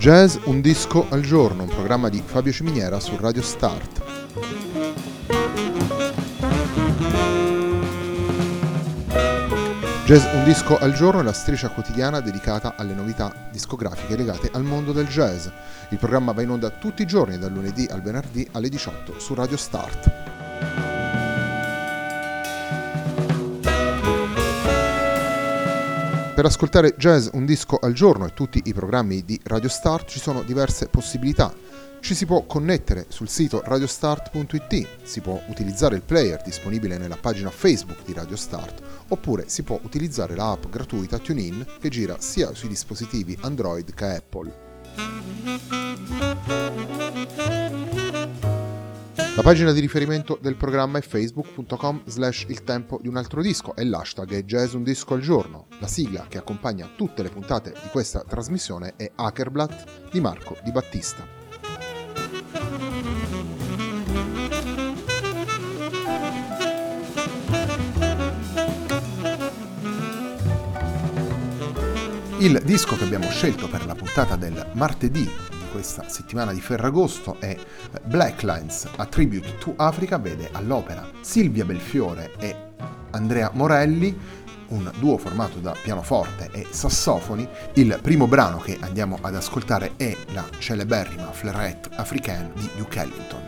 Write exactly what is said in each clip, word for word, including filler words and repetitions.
Jazz Un Disco al Giorno, un programma di Fabio Ciminiera su Radio Start. Jazz Un Disco al Giorno è la striscia quotidiana dedicata alle novità discografiche legate al mondo del jazz. Il programma va in onda tutti i giorni, dal lunedì al venerdì alle diciotto su Radio Start. Per ascoltare Jazz Un Disco al Giorno e tutti i programmi di Radio Start ci sono diverse possibilità. Ci si può connettere sul sito radiostart punto it, si può utilizzare il player disponibile nella pagina Facebook di Radio Start, oppure si può utilizzare la app gratuita TuneIn che gira sia sui dispositivi Android che Apple. La pagina di riferimento del programma è facebook punto com slash il tempo di un altro disco e l'hashtag è Jazz Un Disco al Giorno. La sigla che accompagna tutte le puntate di questa trasmissione è Hackerblatt di Marco Di Battista. Il disco che abbiamo scelto per la puntata del martedì di questa settimana di Ferragosto è Black Lines, A Tribute to Africa, vede all'opera Silvia Belfiore e Andrea Morelli, un duo formato da pianoforte e sassofoni. Il primo brano che andiamo ad ascoltare è la celeberrima Fleurette Africaine di Duke Ellington.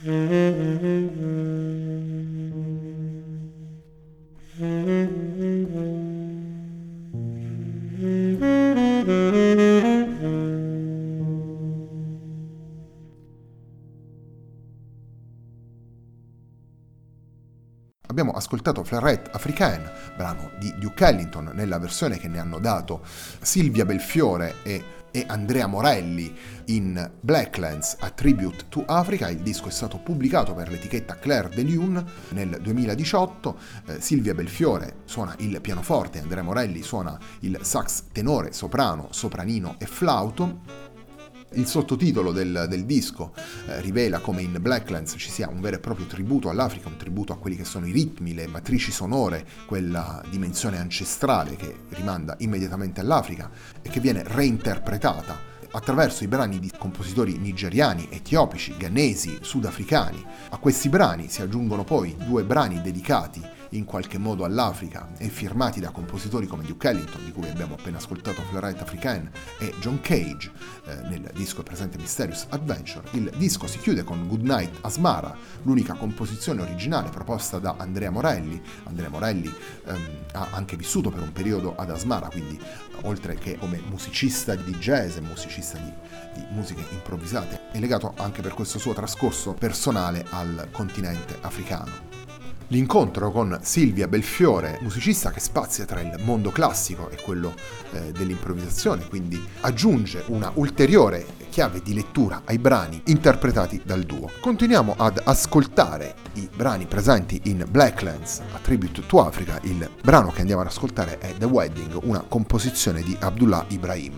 Abbiamo ascoltato Fleurette Africaine, brano di Duke Ellington, nella versione che ne hanno dato Silvia Belfiore e, e Andrea Morelli in Blacklands A Tribute to Africa. Il disco è stato pubblicato per l'etichetta Clair de Lune nel duemiladiciotto. Eh, Silvia Belfiore suona il pianoforte, Andrea Morelli suona il sax tenore, soprano, sopranino e flauto. Il sottotitolo del, del disco eh, rivela come in Blacklands ci sia un vero e proprio tributo all'Africa, un tributo a quelli che sono i ritmi, le matrici sonore, quella dimensione ancestrale che rimanda immediatamente all'Africa e che viene reinterpretata attraverso i brani di compositori nigeriani, etiopici, ghanesi, sudafricani. A questi brani si aggiungono poi due brani dedicati in qualche modo all'Africa e firmati da compositori come Duke Ellington, di cui abbiamo appena ascoltato Fleurette Africaine, e John Cage. Eh, nel disco è presente Mysterious Adventure. Il disco si chiude con Goodnight Asmara, l'unica composizione originale proposta da Andrea Morelli. Andrea Morelli ehm, ha anche vissuto per un periodo ad Asmara, quindi oltre che come musicista di jazz e musicista di, di musiche improvvisate, è legato anche per questo suo trascorso personale al continente africano. L'incontro con Silvia Belfiore, musicista che spazia tra il mondo classico e quello eh, dell'improvvisazione, quindi aggiunge una ulteriore chiave di lettura ai brani interpretati dal duo. Continuiamo ad ascoltare i brani presenti in Blacklands A Tribute to Africa. Il brano che andiamo ad ascoltare è The Wedding, una composizione di Abdullah Ibrahim.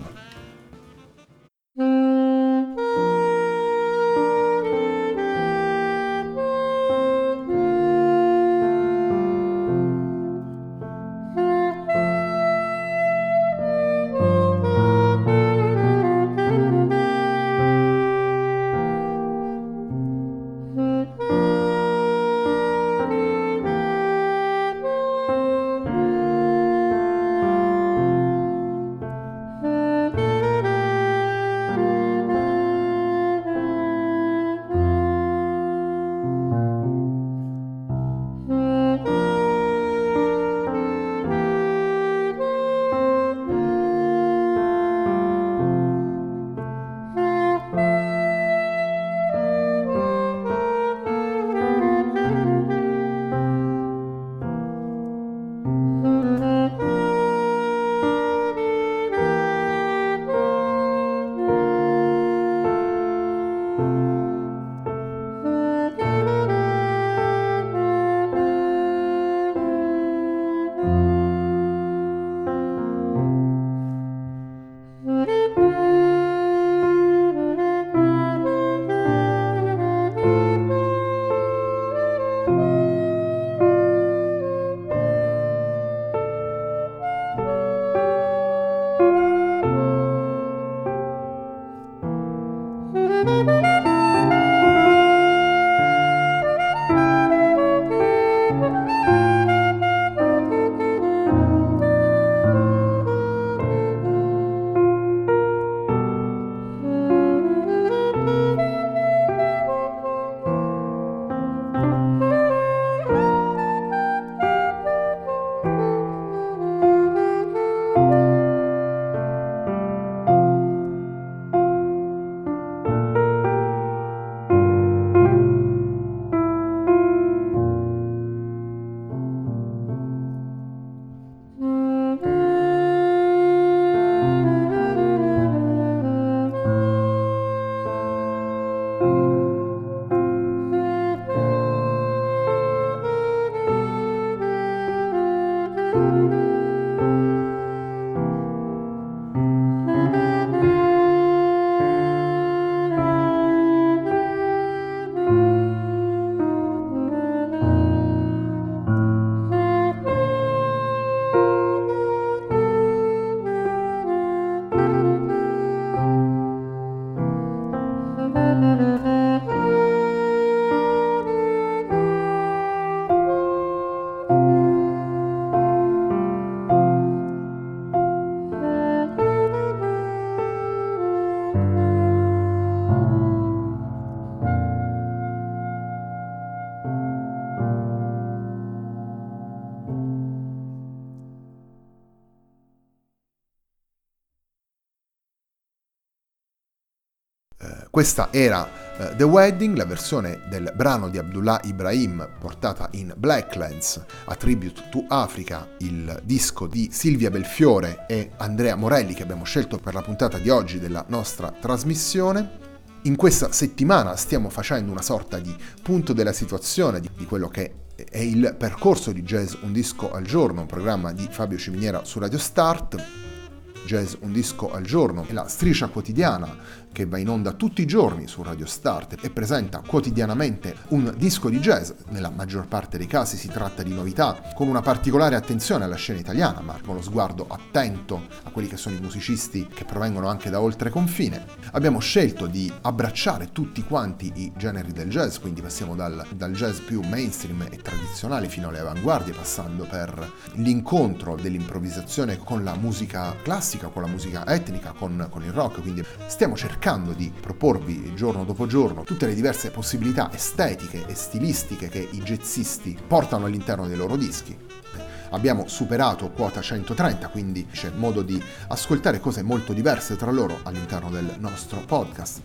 Questa era uh, The Wedding, la versione del brano di Abdullah Ibrahim portata in Blacklands, A Tribute to Africa, il disco di Silvia Belfiore e Andrea Morelli che abbiamo scelto per la puntata di oggi della nostra trasmissione. In questa settimana stiamo facendo una sorta di punto della situazione di, di quello che è il percorso di Jazz Un Disco al Giorno, un programma di Fabio Ciminiera su Radio Start. Jazz Un Disco al Giorno è la striscia quotidiana che va in onda tutti i giorni su Radio Start e presenta quotidianamente un disco di jazz. Nella maggior parte dei casi si tratta di novità, con una particolare attenzione alla scena italiana, ma con lo sguardo attento a quelli che sono i musicisti che provengono anche da oltre confine. Abbiamo scelto di abbracciare tutti quanti i generi del jazz, quindi passiamo dal, dal jazz più mainstream e tradizionale fino alle avanguardie, passando per l'incontro dell'improvvisazione con la musica classica, con la musica etnica, con, con il rock. Quindi stiamo cercando di proporvi giorno dopo giorno tutte le diverse possibilità estetiche e stilistiche che i jazzisti portano all'interno dei loro dischi. Abbiamo superato quota centotrenta, quindi c'è modo di ascoltare cose molto diverse tra loro all'interno del nostro podcast.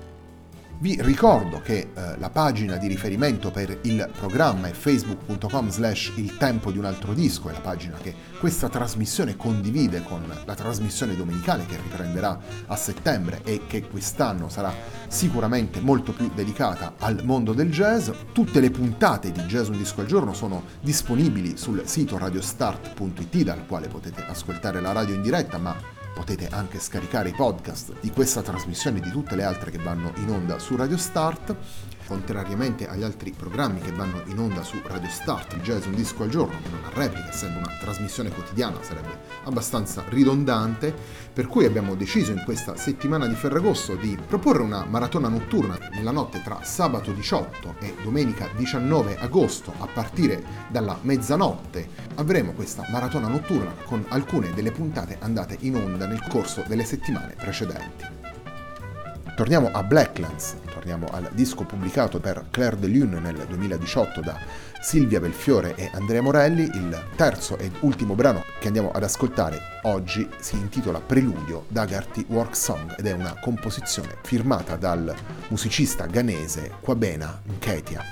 Vi ricordo che eh, la pagina di riferimento per il programma è facebook punto com slash il tempo di un altro disco, è la pagina che questa trasmissione condivide con la trasmissione domenicale che riprenderà a settembre e che quest'anno sarà sicuramente molto più dedicata al mondo del jazz. Tutte le puntate di Jazz Un Disco al Giorno sono disponibili sul sito radiostart punto it, dal quale potete ascoltare la radio in diretta, ma potete anche scaricare i podcast di questa trasmissione e di tutte le altre che vanno in onda su Radio Start. Contrariamente agli altri programmi che vanno in onda su Radio Start, il Jazz Un Disco al Giorno, che non ha replica, essendo una trasmissione quotidiana, sarebbe abbastanza ridondante, per cui abbiamo deciso in questa settimana di Ferragosto di proporre una maratona notturna nella notte tra sabato diciotto e domenica diciannove agosto. A partire dalla mezzanotte avremo questa maratona notturna con alcune delle puntate andate in onda nel corso delle settimane precedenti. Torniamo a Blacklands, torniamo al disco pubblicato per Clair de Lune nel duemiladiciotto da Silvia Belfiore e Andrea Morelli. Il terzo ed ultimo brano che andiamo ad ascoltare oggi si intitola Preludio Dagarty Work Song ed è una composizione firmata dal musicista ghanese Kwabena Nketia.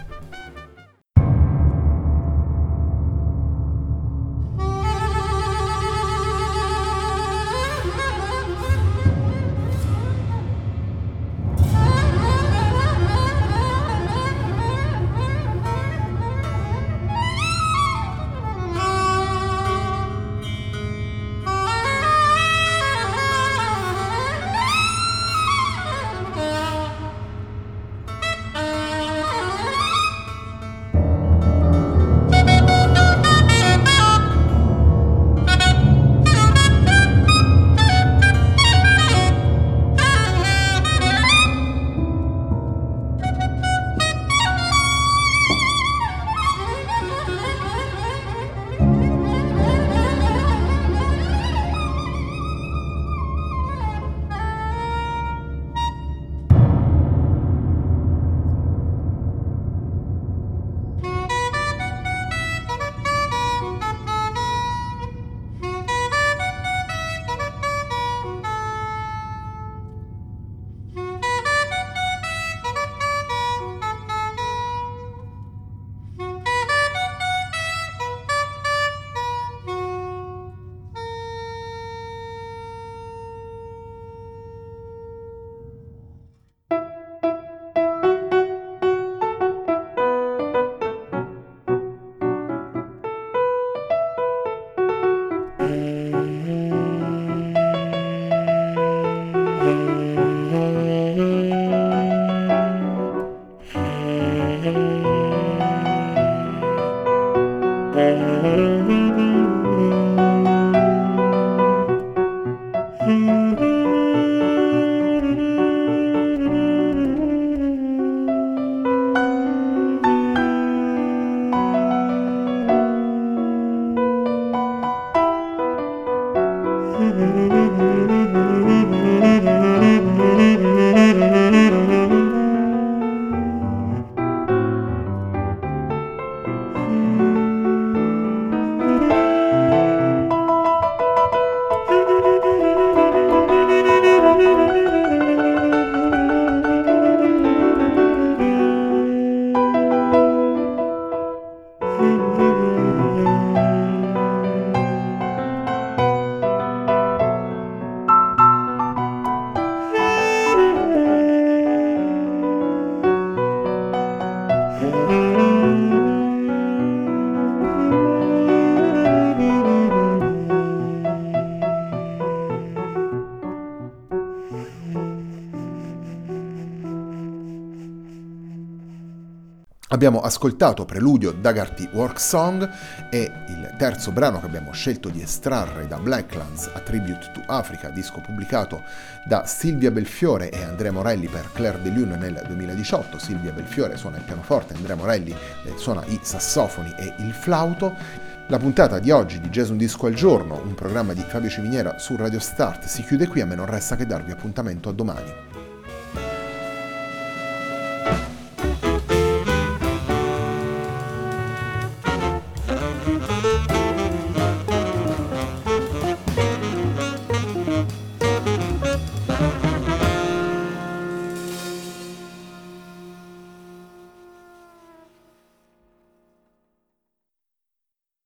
Abbiamo ascoltato Preludio Daugherty Work Song e il terzo brano che abbiamo scelto di estrarre da Blacklands, A Tribute to Africa, disco pubblicato da Silvia Belfiore e Andrea Morelli per Clair de Lune nel duemiladiciotto. Silvia Belfiore suona il pianoforte, Andrea Morelli eh, suona i sassofoni e il flauto. La puntata di oggi di Jazz Un Disco al Giorno, un programma di Fabio Ciminiera su Radio Start, si chiude qui. A me non resta che darvi appuntamento a domani.